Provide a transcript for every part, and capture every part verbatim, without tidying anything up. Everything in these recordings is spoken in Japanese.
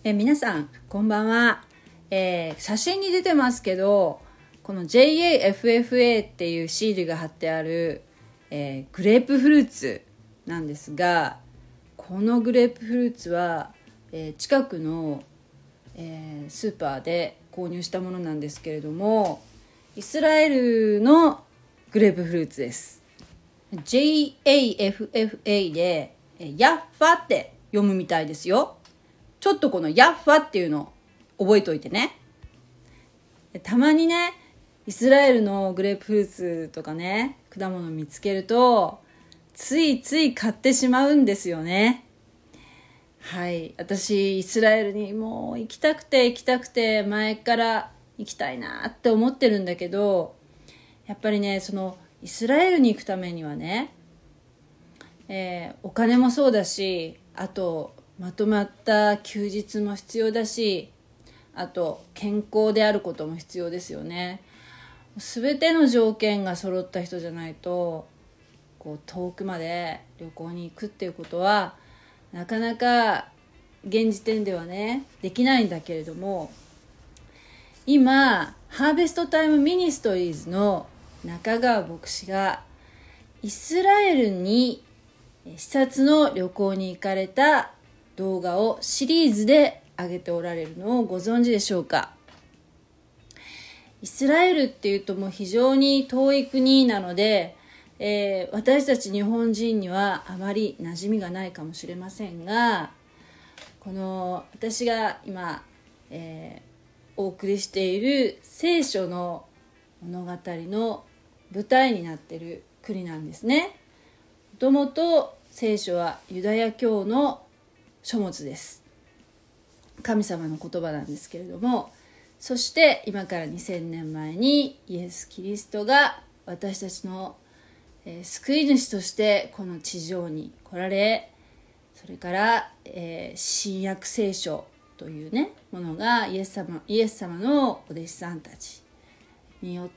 え皆さんこんばんは、えー、写真に出てますけどこの ジェイエーエフエフエー っていうシールが貼ってある、えー、グレープフルーツなんですが、このグレープフルーツは、えー、近くの、えー、スーパーで購入したものなんですけれども、イスラエルのグレープフルーツです。 ジェイエーエフエフエー でヤッファって読むみたいですよ。ちょっとこのヤッファっていうのを覚えておいてね。たまにね、イスラエルのグレープフルーツとかね、果物を見つけるとついつい買ってしまうんですよね。はい、私イスラエルにもう行きたくて行きたくて前から行きたいなって思ってるんだけど、やっぱりね、そのイスラエルに行くためにはね、えー、お金もそうだし、あとまとまった休日も必要だし、あと健康であることも必要ですよね。全ての条件が揃った人じゃないとこう遠くまで旅行に行くっていうことはなかなか現時点ではねできないんだけれども、今ハーベストタイムミニストリーズの中川牧師がイスラエルに視察の旅行に行かれた動画をシリーズで上げておられるのをご存知でしょうか。イスラエルっていうともう非常に遠い国なので、えー、私たち日本人にはあまり馴染みがないかもしれませんが、この私が今、えー、お送りしている聖書の物語の舞台になっている国なんですね。もともと聖書はユダヤ教の書物です。神様の言葉なんですけれども、そして今からにせんねんまえにイエス・キリストが私たちの、えー、救い主としてこの地上に来られ、それから、えー、新約聖書というねものがイエス様、イエス様のお弟子さんたちによって、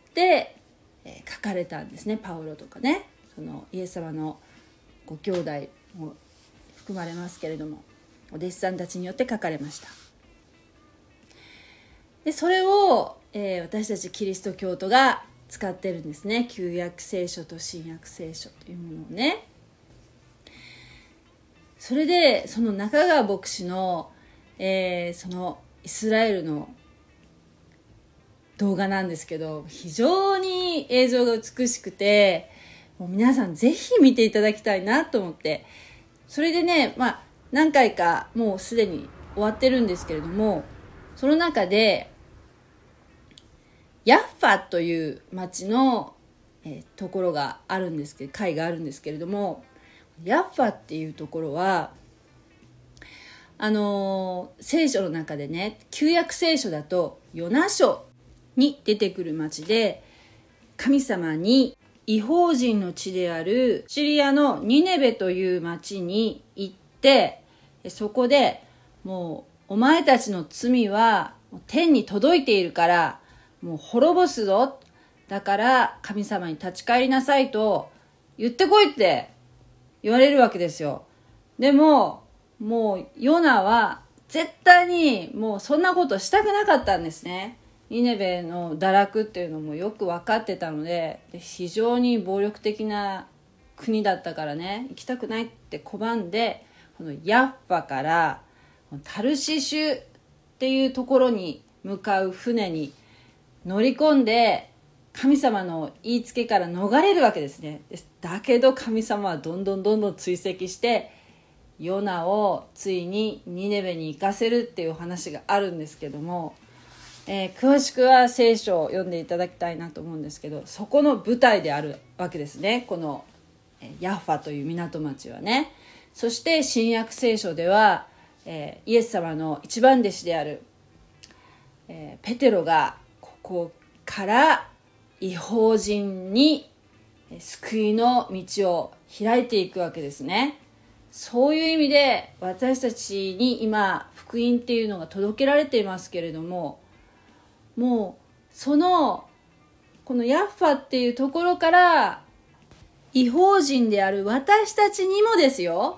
えー、書かれたんですね。パウロとかね、そのイエス様のご兄弟も含まれますけれども、お弟子さんたちによって書かれました。でそれを、えー、私たちキリスト教徒が使ってるんですね。旧約聖書と新約聖書というものをね。それでその中川牧師の、えー、そのイスラエルの動画なんですけど、非常に映像が美しくて、もう皆さんぜひ見ていただきたいなと思って、それでね、まあ何回かもうすでに終わってるんですけれども、その中でヤッファという町の、えー、ところがあるんですけど、会があるんですけれども、ヤッファっていうところはあのー、聖書の中でね、旧約聖書だとヨナ書に出てくる町で、神様に異邦人の地であるシリアのニネベという町に行って、そこでもうお前たちの罪は天に届いているからもう滅ぼすぞ、だから神様に立ち返りなさいと言ってこいって言われるわけですよ。でももうヨナは絶対にもうそんなことしたくなかったんですね。ニネベの堕落っていうのもよく分かってたので、で非常に暴力的な国だったからね、行きたくないって拒んで、このヤッファからタルシシュっていうところに向かう船に乗り込んで神様の言いつけから逃れるわけですね。だけど神様はどんどんどんどん追跡してヨナをついにニネベに行かせるっていう話があるんですけども、えー、詳しくは聖書を読んでいただきたいなと思うんですけど、そこの舞台であるわけですね、このヤッファという港町はね。そして新約聖書では、えー、イエス様の一番弟子である、えー、ペテロがここから異邦人に救いの道を開いていくわけですね。そういう意味で私たちに今福音っていうのが届けられていますけれども、もうそのこのヤッファっていうところから異邦人である私たちにもですよ、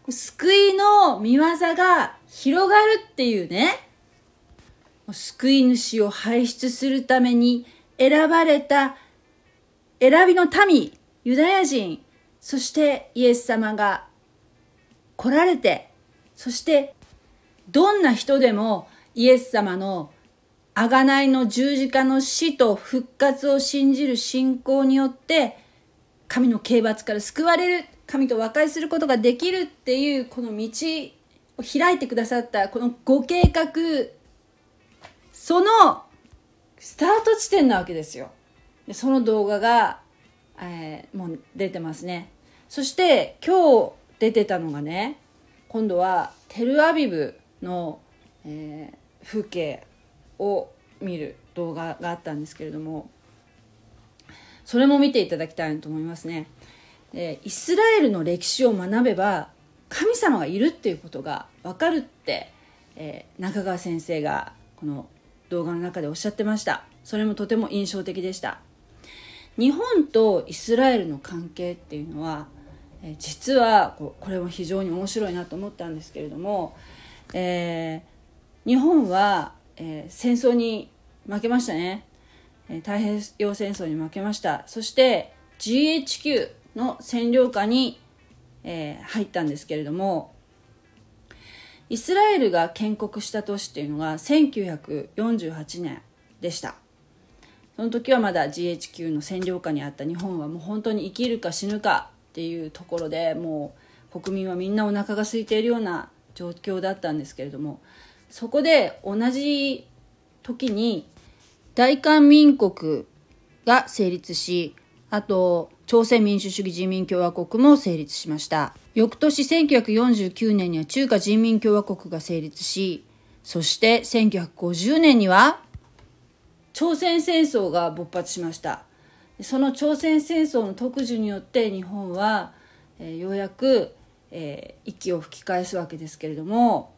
救いの御業が広がるっていうね、救い主を輩出するために選ばれた選びの民、ユダヤ人、そしてイエス様が来られて、そしてどんな人でもイエス様の贖いの十字架の死と復活を信じる信仰によって神の刑罰から救われる、神と和解することができるっていうこの道を開いてくださったこのご計画、そのスタート地点なわけですよ。でその動画が、えー、もう出てますね。そして今日出てたのがね、今度はテルアビブの、えー、風景を見る動画があったんですけれども、それも見ていただきたいと思いますね。でイスラエルの歴史を学べば神様がいるっていうことが分かるって、えー、中川先生がこの動画の中でおっしゃってました。それもとても印象的でした。日本とイスラエルの関係っていうのは、えー、実はこれも非常に面白いなと思ったんですけれども、えー、日本は、えー、戦争に負けましたね。太平洋戦争に負けました。そして ジーエイチキュー の占領下に、えー、入ったんですけれども、イスラエルが建国した年っていうのがせんきゅうひゃくよんじゅうはちねんでした。その時はまだ ジーエイチキュー の占領下にあった日本はもう本当に生きるか死ぬかっていうところで、もう国民はみんなお腹が空いているような状況だったんですけれども、そこで同じ時に大韓民国が成立し、あと朝鮮民主主義人民共和国も成立しました。翌年せんきゅうひゃくよんじゅうきゅうねんには中華人民共和国が成立し、そしてせんきゅうひゃくごじゅうねんには朝鮮戦争が勃発しました。その朝鮮戦争の特需によって日本は、えー、ようやく、えー、息を吹き返すわけですけれども、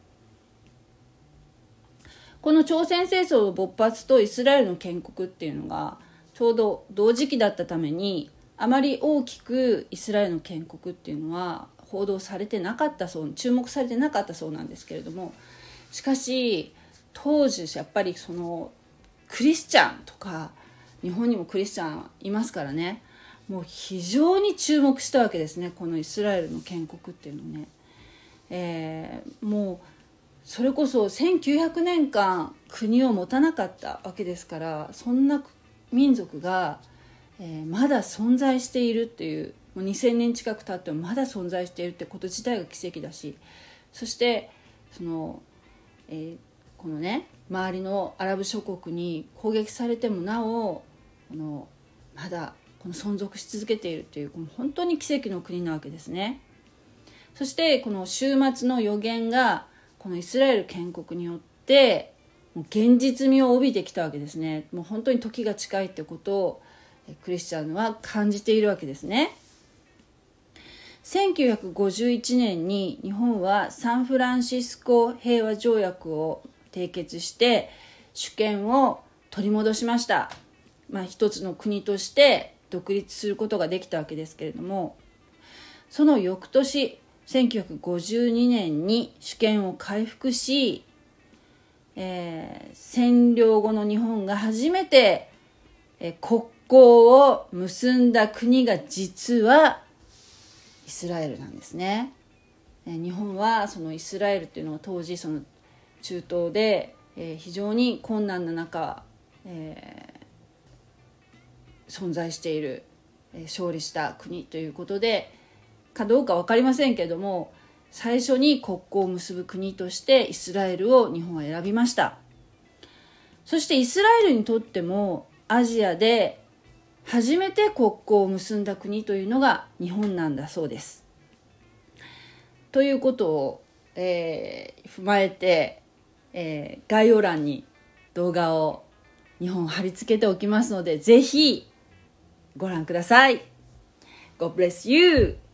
この朝鮮戦争の勃発とイスラエルの建国っていうのがちょうど同時期だったために、あまり大きくイスラエルの建国っていうのは報道されてなかったそう、注目されてなかったそうなんですけれども、しかし当時やっぱりそのクリスチャンとか、日本にもクリスチャンいますからね、もう非常に注目したわけですね、このイスラエルの建国っていうのね。えー、もうそれこそせんきゅうひゃくねんかん国を持たなかったわけですから、そんな民族が、えー、まだ存在しているっていう、もうにせんねん近く経ってもまだ存在しているってこと自体が奇跡だし、そしてその、えー、このね周りのアラブ諸国に攻撃されてもなおこのまだこの存続し続けているという、この本当に奇跡の国なわけですね。そしてこの終末の予言がこのイスラエル建国によってもう現実味を帯びてきたわけですね。もう本当に時が近いってことをクリスチャンは感じているわけですね。せんきゅうひゃくごじゅういちねんに日本はサンフランシスコ平和条約を締結して主権を取り戻しました。まあ、一つの国として独立することができたわけですけれども、その翌年せんきゅうひゃくごじゅうにねんに主権を回復し、えー、占領後の日本が初めて、えー、国交を結んだ国が実はイスラエルなんですね。えー、日本はそのイスラエルっていうのは当時その中東で、えー、非常に困難な中、えー、存在している、えー、勝利した国ということでかどうか分かりませんけれども、最初に国交を結ぶ国としてイスラエルを日本は選びました。そしてイスラエルにとってもアジアで初めて国交を結んだ国というのが日本なんだそうです。ということを、えー、踏まえて、えー、概要欄に動画をにほん貼り付けておきますので、ぜひご覧ください。God bless you!